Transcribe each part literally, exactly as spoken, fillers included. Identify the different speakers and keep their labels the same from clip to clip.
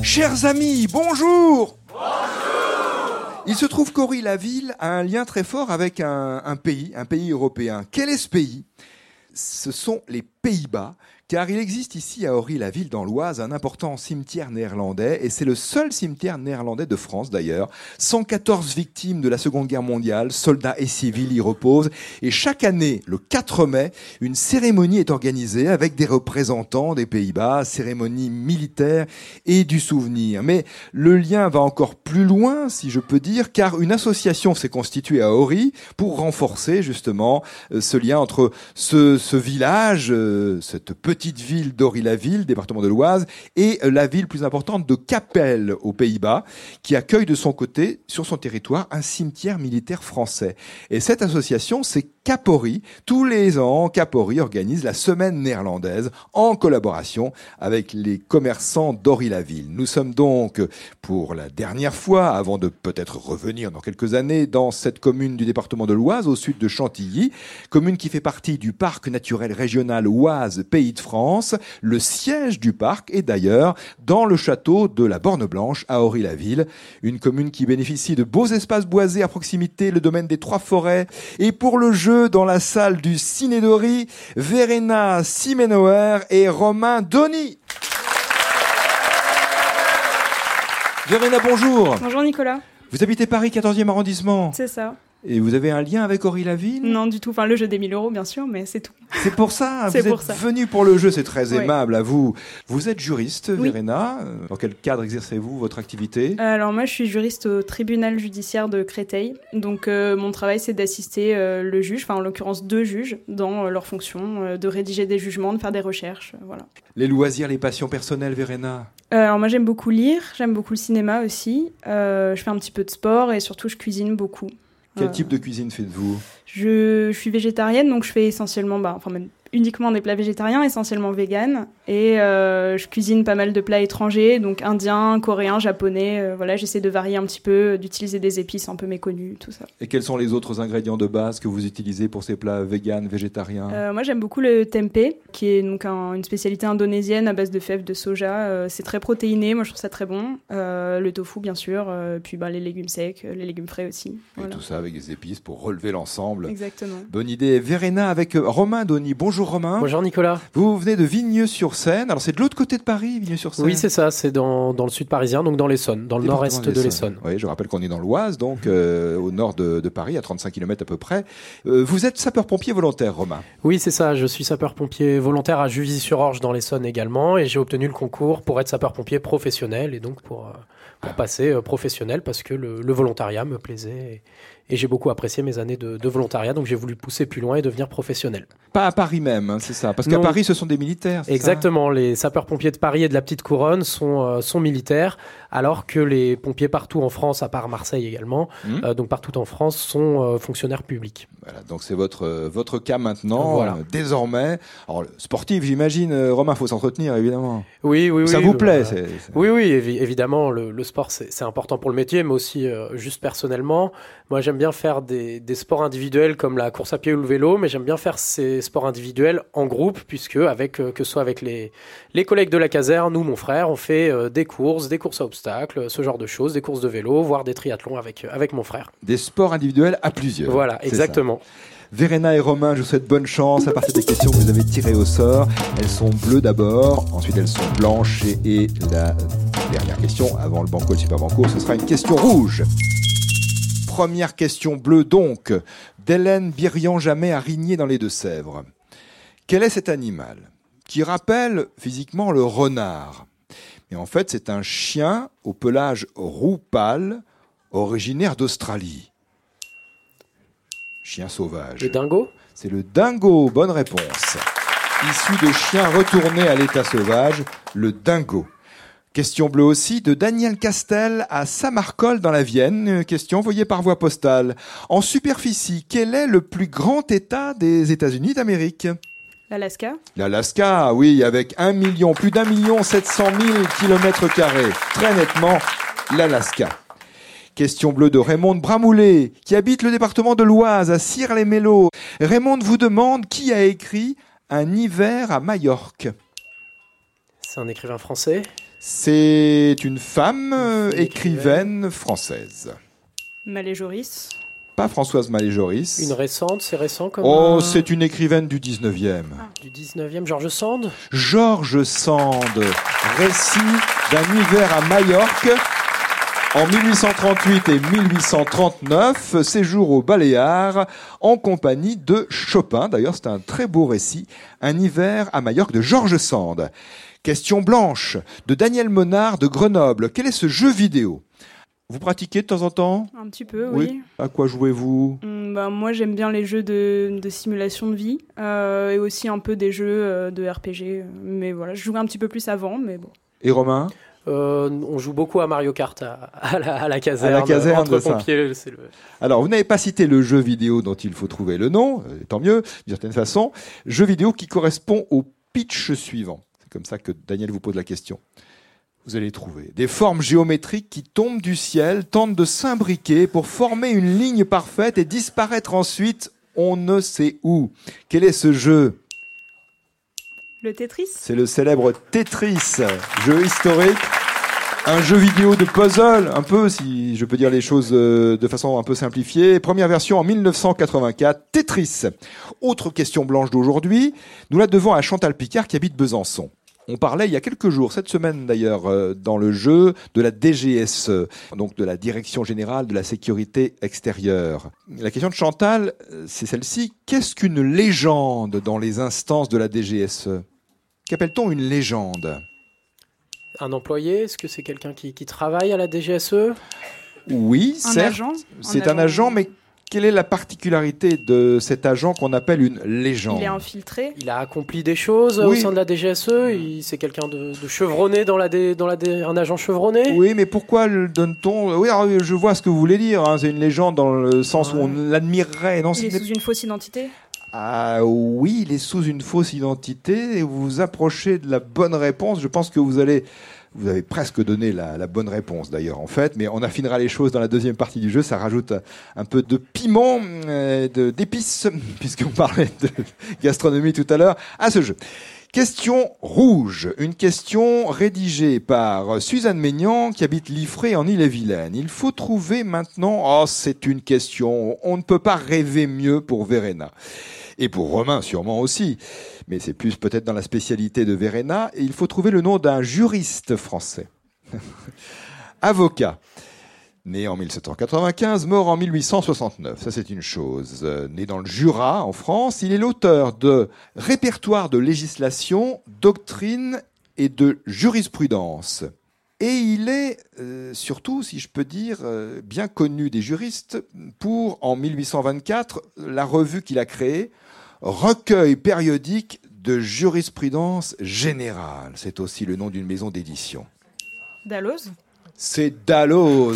Speaker 1: Chers amis, bonjour. Bonjour. Il se trouve qu'Ory-la-Ville a un lien très fort avec un, un pays, un pays européen. Quel est ce pays ? Ce sont les Pays-Bas, car il existe ici à Ory-la-Ville dans l'Oise un important cimetière néerlandais, et c'est le seul cimetière néerlandais de France d'ailleurs. cent quatorze victimes de la Seconde Guerre mondiale, soldats et civils y reposent, et chaque année, le quatre mai, une cérémonie est organisée avec des représentants des Pays-Bas, cérémonie militaire et du souvenir. Mais le lien va encore plus loin, si je peux dire, car une association s'est constituée à Ory pour renforcer justement ce lien entre ce, ce village, cette petite petite ville d'Ory-la-Ville, département de l'Oise, et la ville plus importante de Capelle, aux Pays-Bas, qui accueille de son côté, sur son territoire, un cimetière militaire français. Et cette association, c'est Cap Ory. Tous les ans, Cap Ory organise la semaine néerlandaise en collaboration avec les commerçants d'Ory-la-Ville. Nous sommes donc, pour la dernière fois, avant de peut-être revenir dans quelques années, dans cette commune du département de l'Oise, au sud de Chantilly, commune qui fait partie du parc naturel régional Oise Pays de France. Le siège du parc est d'ailleurs dans le château de la Borne Blanche à Ory-la-Ville, une commune qui bénéficie de beaux espaces boisés à proximité, le domaine des Trois Forêts, et pour le jeu dans la salle du Ciné d'Ory, Verena Simenauer et Romain Donny. Verena, bonjour.
Speaker 2: Bonjour Nicolas.
Speaker 1: Vous habitez Paris, quatorzième arrondissement.
Speaker 2: C'est ça.
Speaker 1: Et vous avez un lien avec Ory-la-Ville ?
Speaker 2: Non, du tout. Enfin, le jeu des mille euros, bien sûr, mais c'est tout.
Speaker 1: C'est pour ça.
Speaker 2: C'est
Speaker 1: vous
Speaker 2: pour
Speaker 1: êtes
Speaker 2: ça.
Speaker 1: venu pour le jeu, c'est très
Speaker 2: Oui.
Speaker 1: aimable à vous. Vous êtes juriste,
Speaker 2: Oui.
Speaker 1: Verena. Dans quel cadre exercez-vous votre activité ?
Speaker 2: Alors moi, je suis juriste au tribunal judiciaire de Créteil. Donc euh, mon travail, c'est d'assister euh, le juge, enfin en l'occurrence deux juges, dans euh, leur fonction, euh, de rédiger des jugements, de faire des recherches, euh, voilà.
Speaker 1: Les loisirs, les passions personnelles, Verena ?
Speaker 2: Euh, alors moi, j'aime beaucoup lire, j'aime beaucoup le cinéma aussi. Euh, je fais un petit peu de sport et surtout, je cuisine beaucoup.
Speaker 1: Quel
Speaker 2: Euh,
Speaker 1: type de cuisine faites-vous ?
Speaker 2: Je, je suis végétarienne, donc je fais essentiellement, bah, enfin même uniquement des plats végétariens, essentiellement véganes. Et euh, je cuisine pas mal de plats étrangers, donc indiens, coréens, japonais. Euh, voilà, j'essaie de varier un petit peu, d'utiliser des épices un peu méconnues, tout ça.
Speaker 1: Et quels sont les autres ingrédients de base que vous utilisez pour ces plats véganes, végétariens ?
Speaker 2: Euh, moi, j'aime beaucoup le tempeh, qui est donc un- une spécialité indonésienne à base de fèves de soja. Euh, c'est très protéiné, moi je trouve ça très bon. Euh, le tofu, bien sûr, euh, puis bah, les légumes secs, euh, les légumes frais aussi.
Speaker 1: Et
Speaker 2: Voilà.
Speaker 1: tout ça avec des épices pour relever l'ensemble.
Speaker 2: Exactement.
Speaker 1: Bonne idée. Verena avec euh, Romain Donny. Bonjour Romain.
Speaker 3: Bonjour Nicolas.
Speaker 1: Vous venez de Vigneux-sur-Seine. Alors c'est de l'autre côté de Paris, Vigneux-sur-Seine ?
Speaker 3: Oui, c'est ça, c'est dans, dans le sud parisien, donc dans l'Essonne, dans le
Speaker 1: Département
Speaker 3: nord-est de l'Essonne.
Speaker 1: Oui, je rappelle qu'on est dans l'Oise, donc euh, au nord de, de Paris, à trente-cinq kilomètres à peu près. Euh, vous êtes sapeur-pompier volontaire, Romain ?
Speaker 3: Oui, c'est ça, je suis sapeur-pompier volontaire à Juvisy-sur-Orge dans l'Essonne également, et j'ai obtenu le concours pour être sapeur-pompier professionnel, et donc pour, euh, pour passer euh, professionnel, parce que le, le volontariat me plaisait, et, et j'ai beaucoup apprécié mes années de, de volontariat, donc j'ai voulu pousser plus loin et devenir professionnel.
Speaker 1: Pas à Paris même, hein, c'est ça. Parce qu'à
Speaker 3: Non.
Speaker 1: Paris, ce sont des militaires. C'est
Speaker 3: Exactement, les sapeurs-pompiers de Paris et de la Petite Couronne sont, euh, sont militaires, alors que les pompiers partout en France, à part Marseille également,
Speaker 1: Mmh.
Speaker 3: euh, donc partout en France, sont euh, fonctionnaires publics.
Speaker 1: ça Voilà, donc c'est votre euh, votre cas maintenant,
Speaker 3: Voilà.
Speaker 1: euh, désormais. Alors le sportif, j'imagine, euh, Romain, faut s'entretenir évidemment.
Speaker 3: Oui, oui, oui.
Speaker 1: Ça vous
Speaker 3: euh,
Speaker 1: plaît c'est, c'est...
Speaker 3: Oui, oui, évi- évidemment, le, le sport, c'est, c'est important pour le métier, mais aussi euh, juste personnellement. Moi, j'aime bien faire des, des sports individuels comme la course à pied ou le vélo, mais j'aime bien faire ces sports individuels en groupe, puisque avec, euh, que ce soit avec les, les collègues de la caserne ou mon frère, on fait euh, des courses, des courses à obstacles, ce genre de choses, des courses de vélo, voire des triathlons avec, euh, avec mon frère.
Speaker 1: Des sports individuels à plusieurs.
Speaker 3: Voilà,
Speaker 1: c'est
Speaker 3: exactement.
Speaker 1: Verena et Romain, je vous souhaite bonne chance à partir des questions que vous avez tirées au sort. Elles sont bleues d'abord, ensuite elles sont blanches et, et la dernière question, avant le banco et le super banco, ce sera une question rouge. Première question bleue donc, d'Hélène Birian-Jamet à Rigné dans les Deux-Sèvres. Quel est cet animal qui rappelle physiquement le renard ? Mais en fait, c'est un chien au pelage roux pâle, originaire d'Australie. Chien sauvage.
Speaker 3: Le dingo ?
Speaker 1: C'est le dingo, bonne réponse. Issu de chien retourné à l'état sauvage, le dingo. Question bleue aussi de Daniel Castel à Samarcol dans la Vienne. Question envoyée par voie postale. En superficie, quel est le plus grand État des États-Unis d'Amérique ?
Speaker 2: L'Alaska ?
Speaker 1: L'Alaska, oui, avec un million, plus d'un million sept cent mille kilomètres carrés. Très nettement, l'Alaska. Question bleue de Raymond Bramoulet, qui habite le département de l'Oise, à Cire-les-Mélos. Raymond vous demande qui a écrit Un hiver à Majorque.
Speaker 3: C'est un écrivain français ?
Speaker 1: C'est une femme euh,
Speaker 3: Une
Speaker 1: écrivaine française.
Speaker 2: Malé Joris.
Speaker 1: Pas Françoise Malé-Joris.
Speaker 3: Une récente, c'est récent comme...
Speaker 1: Oh,
Speaker 3: euh,
Speaker 1: c'est une écrivaine du dix-neuvième.
Speaker 3: ah, du dix-neuvième, George Sand.
Speaker 1: George Sand, récit d'un hiver à Majorque en mille huit cent trente-huit et mille huit cent trente-neuf, séjour aux Baléares en compagnie de Chopin. D'ailleurs, c'est un très beau récit, un hiver à Majorque de George Sand. Question blanche de Daniel Menard de Grenoble. Quel est ce jeu vidéo ? Vous pratiquez de temps en temps ?
Speaker 2: Un petit peu, oui.
Speaker 1: Oui. À quoi jouez-vous ?
Speaker 2: Hum, bah, moi, j'aime bien les jeux de, de simulation de vie euh, et aussi un peu des jeux euh, de R P G. Mais voilà, je jouais un petit peu plus avant, mais bon.
Speaker 1: Et Romain ?
Speaker 3: Euh, on joue beaucoup à Mario Kart à, à, la, à la caserne.
Speaker 1: À la caserne,
Speaker 3: entre
Speaker 1: ça.
Speaker 3: pompiers, c'est le...
Speaker 1: Alors, vous n'avez pas cité le jeu vidéo dont il faut trouver le nom, euh, tant mieux, d'une certaine façon. Jeu vidéo qui correspond au pitch suivant. C'est comme ça que Daniel vous pose la question. Vous allez trouver des formes géométriques qui tombent du ciel, tentent de s'imbriquer pour former une ligne parfaite et disparaître ensuite, on ne sait où. Quel est ce jeu ?
Speaker 2: Le Tetris ?
Speaker 1: C'est le célèbre Tetris, jeu historique. Un jeu vidéo de puzzle, un peu, si je peux dire les choses de façon un peu simplifiée. Première version en mille neuf cent quatre-vingt-quatre, Tetris. Autre question blanche d'aujourd'hui, nous la devons à Chantal Picard qui habite Besançon. On parlait il y a quelques jours, cette semaine d'ailleurs, dans le jeu de la D G S E, donc de la Direction Générale de la Sécurité Extérieure. La question de Chantal, c'est celle-ci. Qu'est-ce qu'une légende dans les instances de la D G S E ? Qu'appelle-t-on une légende ?
Speaker 3: Un employé, est-ce que c'est quelqu'un qui, qui travaille à la D G S E ?
Speaker 1: Oui,
Speaker 2: Un
Speaker 1: certes,
Speaker 2: agent ?
Speaker 1: c'est un agent, mais quelle est la particularité de cet agent qu'on appelle une légende ?
Speaker 2: Il est infiltré.
Speaker 3: Il a accompli des choses
Speaker 1: Oui.
Speaker 3: au sein de la D G S E. Il, c'est quelqu'un de, de chevronné dans la, D, dans la D, un agent chevronné.
Speaker 1: Oui, mais pourquoi le donne-t-on ? Oui, alors, je vois ce que vous voulez dire. Hein. C'est une légende dans le sens
Speaker 3: Ouais.
Speaker 1: où on l'admirerait. Non,
Speaker 2: Il est
Speaker 1: ce n'est-
Speaker 2: sous une fausse identité.
Speaker 1: Ah oui, il est sous une fausse identité et vous vous approchez de la bonne réponse. Je pense que vous allez, vous avez presque donné la, la bonne réponse d'ailleurs en fait, mais on affinera les choses dans la deuxième partie du jeu. Ça rajoute un peu de piment, euh, de, d'épices, puisqu'on parlait de gastronomie tout à l'heure, à ce jeu. Question rouge, une question rédigée par Suzanne Maignan qui habite Liffré en Ille-et-Vilaine. Il faut trouver maintenant, oh c'est une question, on ne peut pas rêver mieux pour Verena. Et pour Romain sûrement aussi, mais c'est plus peut-être dans la spécialité de Verena, et il faut trouver le nom d'un juriste français. Avocat. Né en mille sept cent quatre-vingt-quinze, mort en mille huit cent soixante-neuf. Ça, c'est une chose. Euh, né dans le Jura, en France, il est l'auteur de répertoire de législation, doctrine et de jurisprudence. Et il est, euh, surtout, si je peux dire, euh, bien connu des juristes pour, en mille huit cent vingt-quatre, la revue qu'il a créée, Recueil périodique de jurisprudence générale. C'est aussi le nom d'une maison d'édition.
Speaker 2: Dalloz ?
Speaker 1: C'est Dalloz.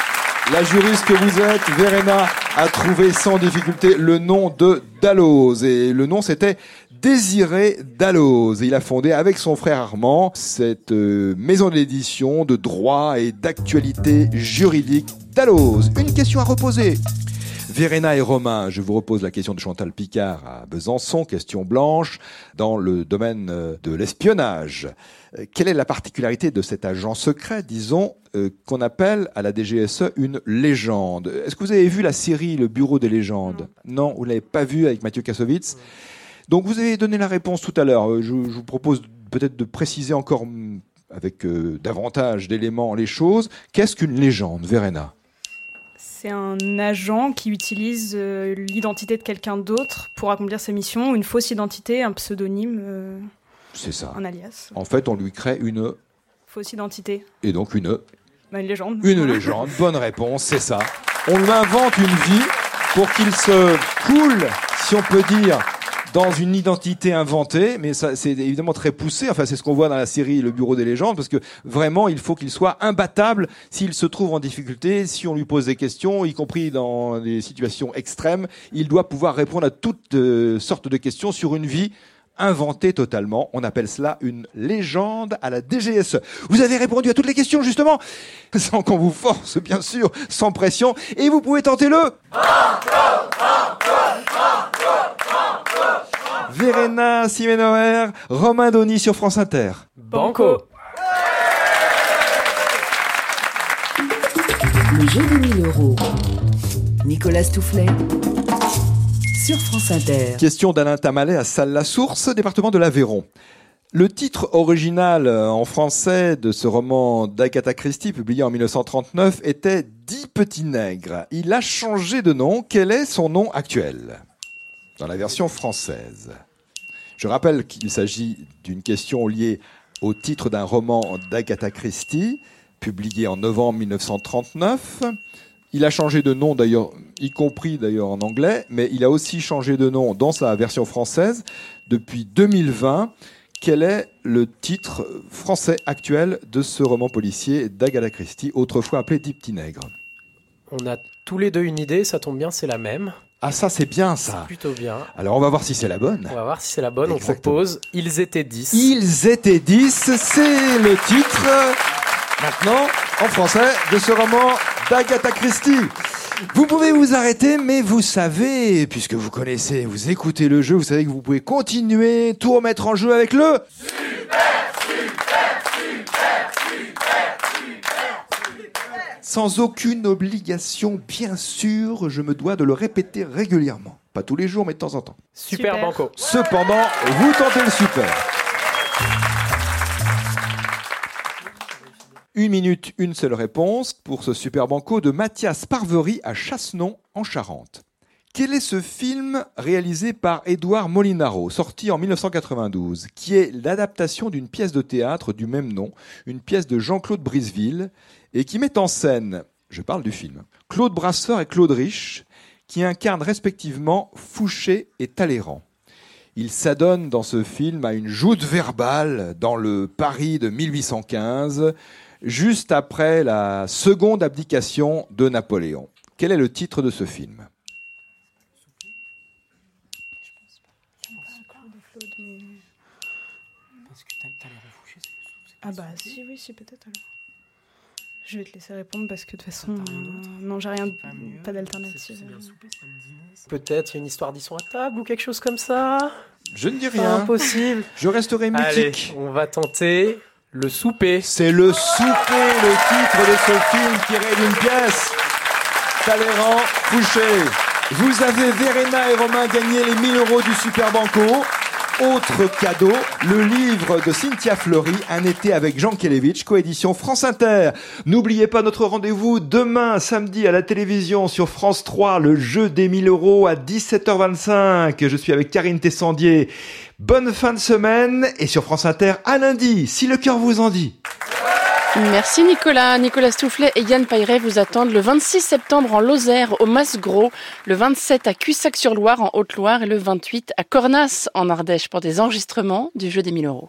Speaker 1: La juriste que vous êtes, Verena, a trouvé sans difficulté le nom de Dalloz. Et le nom, c'était Désiré Dalloz. Il a fondé avec son frère Armand cette euh, maison d'édition de droit et d'actualité juridique Dalloz. Une question à reposer. Verena et Romain, je vous repose la question de Chantal Picard à Besançon, question blanche, dans le domaine de l'espionnage. Quelle est la particularité de cet agent secret, disons, euh, qu'on appelle à la D G S E une légende ? Est-ce que vous avez vu la série Le Bureau des légendes ? Non, vous ne l'avez pas vu avec Mathieu Kassovitz ? Donc vous avez donné la réponse tout à l'heure. Je, je vous propose peut-être de préciser encore avec euh, davantage d'éléments les choses. Qu'est-ce qu'une légende, Verena ?
Speaker 2: C'est un agent qui utilise euh, l'identité de quelqu'un d'autre pour accomplir sa mission, une fausse identité, un pseudonyme, euh,
Speaker 1: C'est ça.
Speaker 2: un alias.
Speaker 1: En fait, on lui crée une...
Speaker 2: Fausse identité.
Speaker 1: Et donc une...
Speaker 2: Bah, une légende.
Speaker 1: Une légende. Bonne réponse, c'est ça. On lui invente une vie pour qu'il se coule, si on peut dire, dans une identité inventée, mais ça, c'est évidemment très poussé. Enfin, c'est ce qu'on voit dans la série Le Bureau des légendes, parce que vraiment, il faut qu'il soit imbattable s'il se trouve en difficulté, si on lui pose des questions, y compris dans des situations extrêmes. Il doit pouvoir répondre à toutes euh, sortes de questions sur une vie inventée totalement. On appelle cela une légende à la D G S E. Vous avez répondu à toutes les questions, justement, sans qu'on vous force, bien sûr, sans pression, et vous pouvez tenter le... Verena Simenoer, Romain Donny sur France Inter.
Speaker 3: Banco.
Speaker 4: Le jeu des mille euros. Nicolas Stoufflet sur France Inter.
Speaker 1: Question d'Alain Tamalet à Salles-la-Source, département de l'Aveyron. Le titre original en français de ce roman d'Agatha Christie, publié en mille neuf cent trente-neuf, était « Dix petits nègres ». Il a changé de nom. Quel est son nom actuel dans la version française? Je rappelle qu'il s'agit d'une question liée au titre d'un roman d'Agatha Christie, publié en novembre mille neuf cent trente-neuf. Il a changé de nom d'ailleurs, y compris d'ailleurs en anglais, mais il a aussi changé de nom dans sa version française depuis deux mille vingt. Quel est le titre français actuel de ce roman policier d'Agatha Christie, autrefois appelé Dix petits nègres?
Speaker 3: On a tous les deux une idée, ça tombe bien, c'est la même.
Speaker 1: Ah, ça c'est bien ça.
Speaker 3: C'est plutôt bien.
Speaker 1: Alors on va voir si c'est la bonne.
Speaker 3: On va voir si c'est la bonne.
Speaker 1: Exactement.
Speaker 3: On propose Ils étaient dix.
Speaker 1: Ils étaient dix, c'est le titre maintenant en français de ce roman d'Agatha Christie. Vous pouvez vous arrêter, mais vous savez, puisque vous connaissez, vous écoutez le jeu, vous savez que vous pouvez continuer, tout remettre en jeu avec le... Super, super, super, super, super, super. Sans aucune obligation, bien sûr, je me dois de le répéter régulièrement. Pas tous les jours, mais de temps en temps.
Speaker 3: Super, super. Banco.
Speaker 1: Cependant, vous tentez le super. Une minute, une seule réponse pour ce super banco de Mathias Parvery à Chassenon, en Charente. Quel est ce film réalisé par Édouard Molinaro, sorti en mille neuf cent quatre-vingt-douze, qui est l'adaptation d'une pièce de théâtre du même nom, une pièce de Jean-Claude Briseville, et qui met en scène, je parle du film, Claude Brasseur et Claude Rich, qui incarnent respectivement Fouché et Talleyrand. Il s'adonne dans ce film à une joute verbale dans le Paris de mille huit cent quinze, juste après la seconde abdication de Napoléon. Quel est le titre de ce film ?
Speaker 2: Ah bah si, oui, si, peut-être alors. Je vais te laisser répondre parce que de toute façon, euh, non, j'ai rien, pas, pas d'alternative.
Speaker 3: Peut-être il y a une histoire d'Isson à table ou quelque chose comme ça.
Speaker 1: Je ne dis rien.
Speaker 3: Impossible.
Speaker 1: Je resterai mythique.
Speaker 3: Allez, on va tenter Le Souper.
Speaker 1: C'est Le Souper, le titre de ce film tiré d'une pièce. Talleyrand, Fouché. Vous avez Verena et Romain gagné les mille euros du Super Banco. Autre cadeau, le livre de Cynthia Fleury, Un été avec Jean Kelevitch, coédition France Inter. N'oubliez pas notre rendez-vous demain, samedi, à la télévision sur France trois, le jeu des mille euros à dix-sept heures vingt-cinq. Je suis avec Karine Tessandier. Bonne fin de semaine et sur France Inter à lundi, si le cœur vous en dit.
Speaker 5: Merci Nicolas. Nicolas Stoufflet et Yann Pailleret vous attendent le vingt-six septembre en Lozère, au Mas-Gros, le vingt-sept à Cussac-sur-Loire en Haute-Loire et le vingt-huit à Cornas en Ardèche pour des enregistrements du jeu des mille euros.